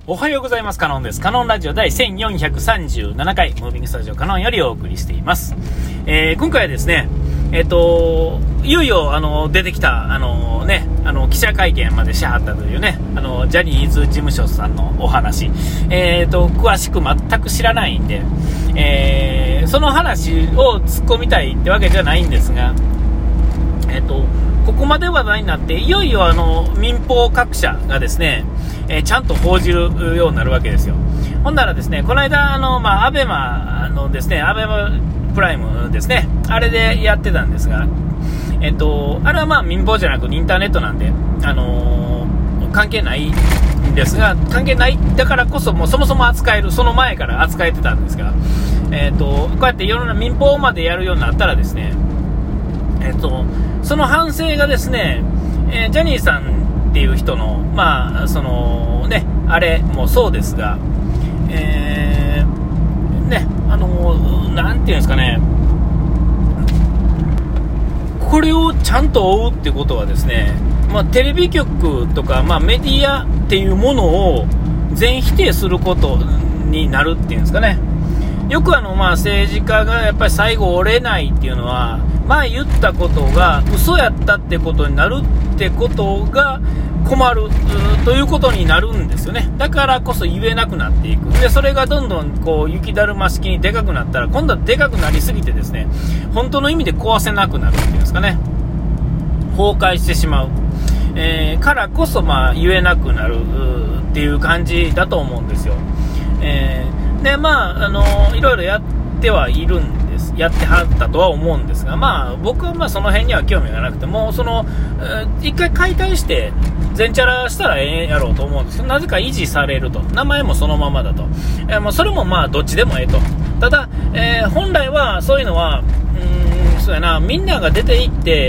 おはようございます。カノンです。カノンラジオ第1437回ムービングスタジオカノンよりお送りしています。今回はですね、いよいよ出てきた記者会見までしはったというね、ジャニーズ事務所さんのお話、詳しく全く知らないんで、その話を突っ込みたいってわけじゃないんですが、ここまで話題になって、いよいよ民放各社がですね、ちゃんと報じるようになるわけですよ。ほんならですね、この間アベマのですね、アベマプライムですね、あれでやってたんですが、あれは民放じゃなくインターネットなんで、関係ないんですが、関係ないだからこそ、もうそもそも扱える、その前から扱えてたんですが、こうやって世の中民放までやるようになったらですね、その反省がですね、ジャニーさんっていう人のあれもそうですが、なんていうんですかね、これをちゃんと追うってことはですね、テレビ局とか、メディアっていうものを全否定することになるっていうんですかね。よく政治家がやっぱり最後折れないっていうのは、前言ったことが嘘やったってことになるってことが困るということになるんですよね。だからこそ言えなくなっていく。でそれがどんどんこう雪だるま式にでかくなったら、今度はでかくなりすぎてですね、本当の意味で壊せなくなるっていうんですかね、崩壊してしまう、からこそ言えなくなるっていう感じだと思うんですよ。でいろいろやってはいるんです、やってはったとは思うんですが、僕はその辺には興味がなくて、もう一回解体して全チャラしたらええやろうと思うんですけど、なぜか維持されると、名前もそのままだと、それもどっちでもええと。ただ、本来はそういうのはそうやな、みんなが出ていって、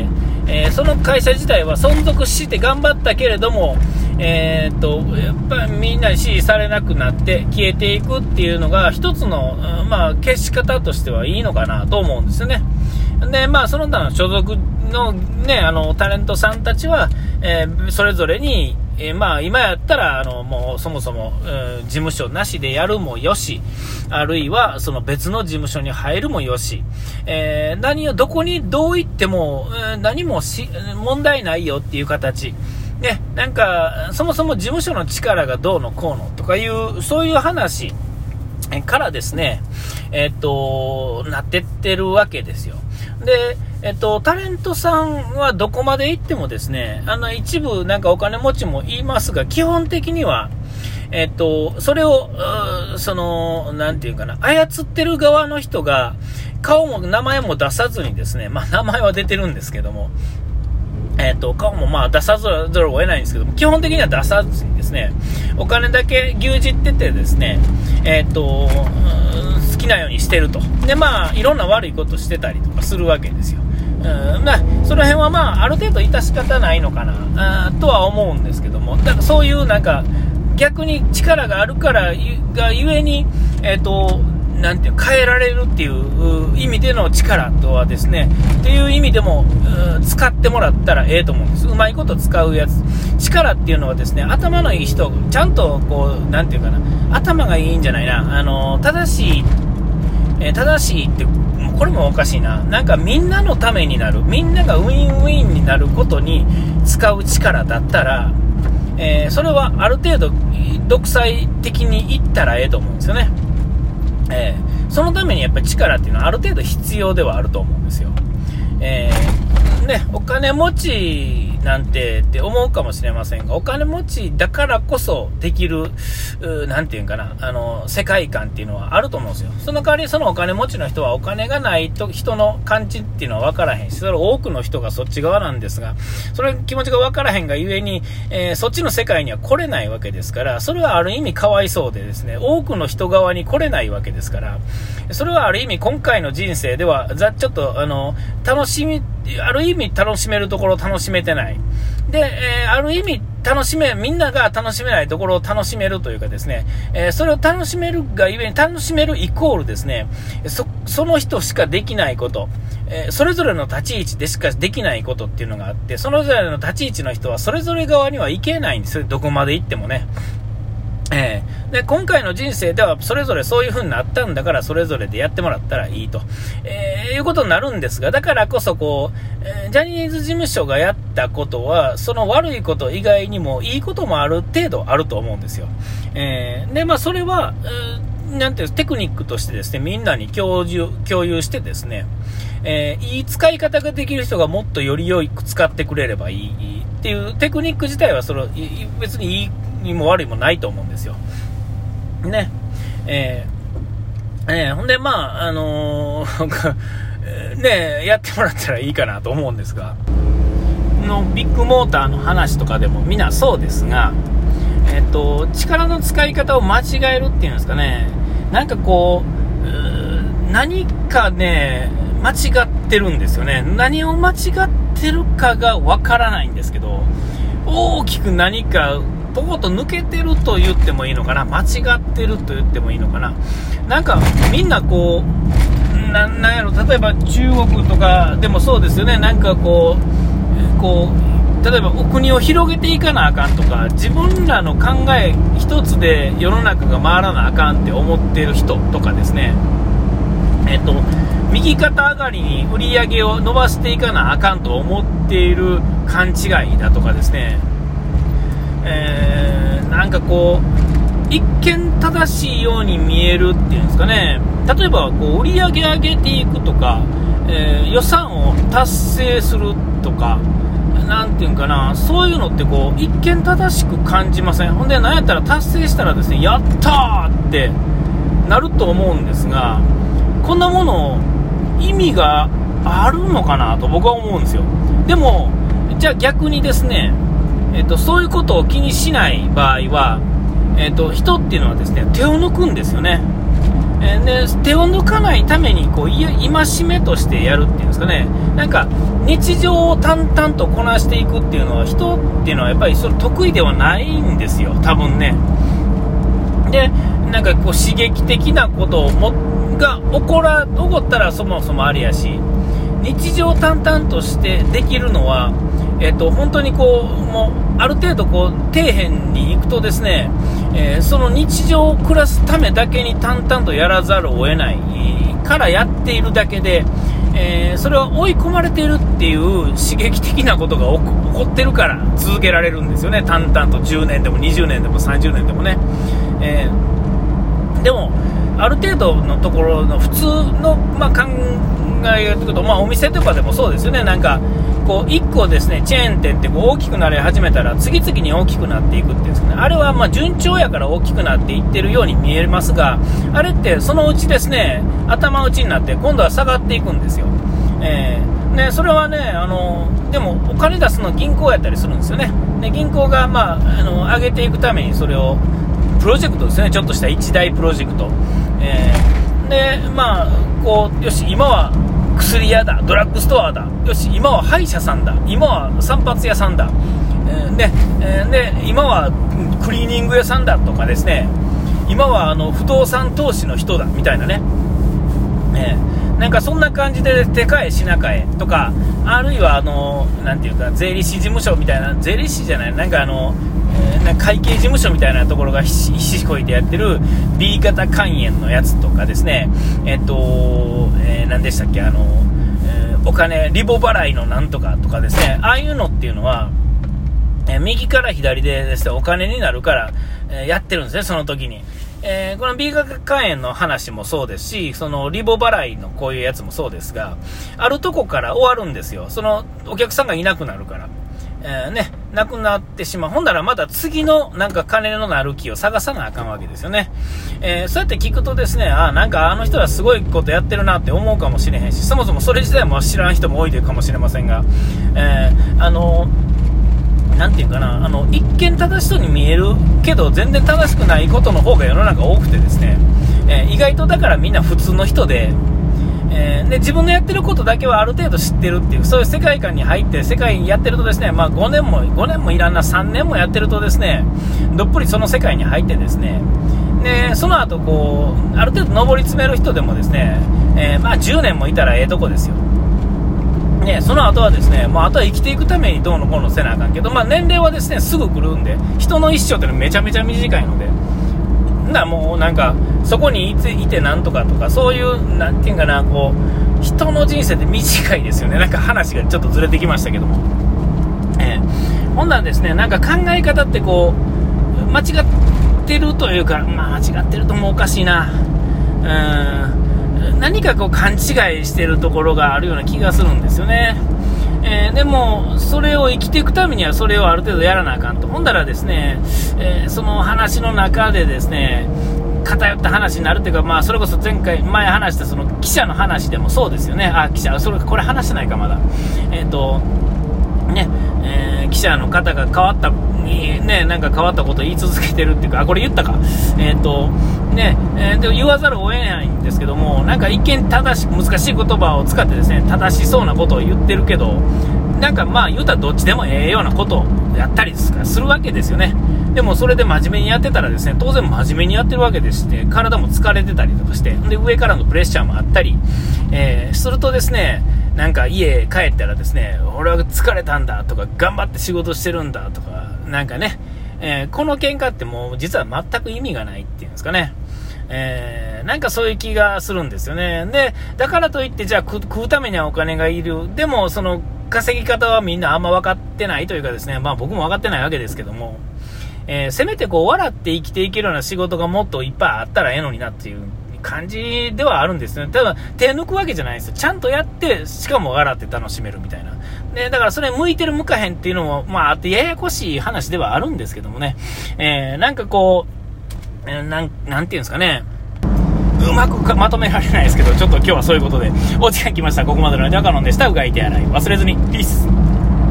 その会社自体は存続して頑張ったけれども、やっぱりみんなに支持されなくなって消えていくっていうのが一つの、消し方としてはいいのかなと思うんですよね。でその他の所属のね、タレントさんたちは、それぞれに、今やったらもうそもそも、事務所なしでやるもよし、あるいはその別の事務所に入るもよし、どこにどう行っても、何も問題ないよっていう形ね、そもそも事務所の力がどうのこうのとかいうそういう話からですね、なってってるわけですよ。でタレントさんはどこまで行ってもですね、一部お金持ちも言いますが、基本的にはそれをなんていうかな、操ってる側の人が顔も名前も出さずにですね、名前は出てるんですけども、顔も出さざるを得ないんですけども、基本的には出さずにですね、お金だけ牛耳っててですね、好きなようにしてると。でいろんな悪いことしてたりとかするわけですよ。その辺はある程度致し方ないのかなとは思うんですけども、だからそういう逆に力があるからがゆえになんていう変えられるっていう意味での力とはですね、っていう意味でも使ってもらったらええと思うんです。うまいこと使うやつ、力っていうのはですね、頭のいい人、ちゃんとなんていうかな、頭がいいんじゃないな、正しいってこれもおかしいな、みんなのためになる、みんながウィンウィンになることに使う力だったら、それはある程度独裁的にいったらええと思うんですよね。そのためにやっぱり力っていうのはある程度必要ではあると思うんですよ。お金持ちなんてって思うかもしれませんが、お金持ちだからこそできるなんていうかな、世界観っていうのはあると思うんですよ。その代わりそのお金持ちの人はお金がないと人の感じっていうのは分からへんし、それは多くの人がそっち側なんですが、それ気持ちが分からへんがゆえに、そっちの世界には来れないわけですから、それはある意味かわいそうでですね、多くの人側に来れないわけですから、それはある意味今回の人生ではちょっとある意味楽しめるところを楽しめてないで、ある意味みんなが楽しめないところを楽しめるというかですね、それを楽しめるがゆえに、楽しめるイコールですね、その人しかできないこと、それぞれの立ち位置でしかできないことっていうのがあって、それぞれの立ち位置の人はそれぞれ側には行けないんですよ、どこまで行ってもね。 で今回の人生ではそれぞれそういう風になったんだからそれぞれでやってもらったらいいと、いうことになるんですが、だからこそジャニーズ事務所がやったことはその悪いこと以外にもいいこともある程度あると思うんですよ。でそれは、なんていうテクニックとしてですね、みんなに共有してですね、いい使い方ができる人がもっとより良く使ってくれればいいっていうテクニック自体は別にいいも悪いもないと思うんですよね。ほんでね、やってもらったらいいかなと思うんですが、ビッグモーターの話とかでもみんなそうですが、力の使い方を間違えるっていうんですかね、なんか何かね間違ってるんですよね。何を間違ってるかがわからないんですけど、大きく何かポコッと抜けてると言ってもいいのかな、間違ってると言ってもいいのかな。なんかみんななんやろ、例えば中国とかでもそうですよね。なんか例えばお国を広げていかなあかんとか、自分らの考え一つで世の中が回らなあかんって思ってる人とかですね、右肩上がりに売り上げを伸ばしていかなあかんと思っている勘違いだとかですね、なんか一見正しいように見えるっていうんですかね。例えば売り上げ上げていくとか、予算を達成するとか、なんていうんかな、そういうのって一見正しく感じません？ほんでなんやったら達成したらですね、やったーってなると思うんですが、こんなもの意味があるのかなと僕は思うんですよ。でもじゃあ逆にですね、そういうことを気にしない場合は、人っていうのはですね、手を抜くんですよね。で手を抜かないために戒めとしてやるっていうんですかね。なんか日常を淡々とこなしていくっていうのは、人っていうのはやっぱりそれ得意ではないんですよ、多分ね。でなんか刺激的なことが起こったらそもそもありやし、日常淡々としてできるのは、本当にもうある程度底辺に行くとですね、その日常を暮らすためだけに淡々とやらざるを得ないからやっているだけで、それは追い込まれているっていう刺激的なことが起こってるから続けられるんですよね。淡々と10年でも20年でも30年でもね。でもある程度のところの普通の、考えがというと、お店とかでもそうですよね。なんか1個ですね、チェーン店って大きくなり始めたら次々に大きくなっていくっていうんですかね。あれは順調やから大きくなっていってるように見えますが、あれってそのうちですね、頭打ちになって今度は下がっていくんですよ。それはね、でもお金出すの銀行やったりするんですよね。で銀行が上げていくためにそれをプロジェクトですね、ちょっとした一大プロジェクト、でよし今は薬屋だ、ドラッグストアだ、よし今は歯医者さんだ、今は散髪屋さんだ、で今はクリーニング屋さんだとかですね、今は不動産投資の人だみたいなね、なんかそんな感じで手替え品替えとか、あるいはなんていうか税理士事務所みたいな、税理士じゃない、なんか会計事務所みたいなところがひしこいてやってる B 型肝炎のやつとかですね、何でしたっけ、お金リボ払いのなんとかとかですね、ああいうのっていうのは、右から左でですね、お金になるから、やってるんですね、その時に。この B 型肝炎の話もそうですし、そのリボ払いのこういうやつもそうですが、あるとこから終わるんですよ。そのお客さんがいなくなるから。なくなってしまう。ほんならまた次のなんか金のなる木を探さなあかんわけですよね。そうやって聞くとですね、なんかあの人はすごいことやってるなって思うかもしれへんし、そもそもそれ自体も知らん人も多いかもしれませんが、なんていうかな、一見正しそうに見えるけど全然正しくないことの方が世の中多くてですね、意外とだからみんな普通の人で、で自分のやってることだけはある程度知ってるっていう、そういう世界観に入って世界にやってるとですね、5年もいらんな、3年もやってるとですね、どっぷりその世界に入ってですね、でその後ある程度上り詰める人でもですね、10年もいたらええとこですよ。その後はですね、あとは生きていくためにどうのこうのせなあかんけど、年齢はですねすぐ来るんで、人の一生ってのはめちゃめちゃ短いので、 だからもうなんかそこにいてなんとかとか、そういうなんていうかな、こう人の人生って短いですよね。なんか話がちょっとずれてきましたけども、ほんなんですね、なんか考え方ってこう間違ってるというか、まあ間違ってるともおかしいな、何かこう勘違いしてるところがあるような気がするんですよね。でもそれを生きていくためにはそれをある程度やらなあかんと。ほんだらですね、その話の中でですね、偏った話になるというか、まあそれこそ前話したその記者の話でもそうですよね。記者、これ話してないかまだ。記者の方が変わった、なんか変わったことを言い続けてるっていうか、これ言ったか。で言わざるを得ないんですけども、なんか一見難しい言葉を使ってですね、正しそうなことを言ってるけど、なんかまあ言うたらどっちでもええようなことをやったりするわけですよね。でもそれで真面目にやってたらですね、当然真面目にやってるわけでして、体も疲れてたりとかして、で上からのプレッシャーもあったり、するとですね、なんか家帰ったらですね、俺は疲れたんだとか、頑張って仕事してるんだとか、なんかね、この喧嘩ってもう実は全く意味がないっていうんですかね。なんかそういう気がするんですよね。で、だからといってじゃあ食うためにはお金がいる。でもその稼ぎ方はみんなあんま分かってないというかですね、まあ僕も分かってないわけですけども、せめてこう笑って生きていけるような仕事がもっといっぱいあったらええのになっていう感じではあるんですよね。ただ手抜くわけじゃないですよ。ちゃんとやって、しかも笑って楽しめるみたいな。で、だからそれ向いてる向かへんっていうのも、まああってややこしい話ではあるんですけどもね。なんかこう、なんていうんですかね。うまくまとめられないですけど、ちょっと今日はそういうことで、お時間来ました。ここまでの間はカノンでした。うがい手洗い忘れずに。ピース。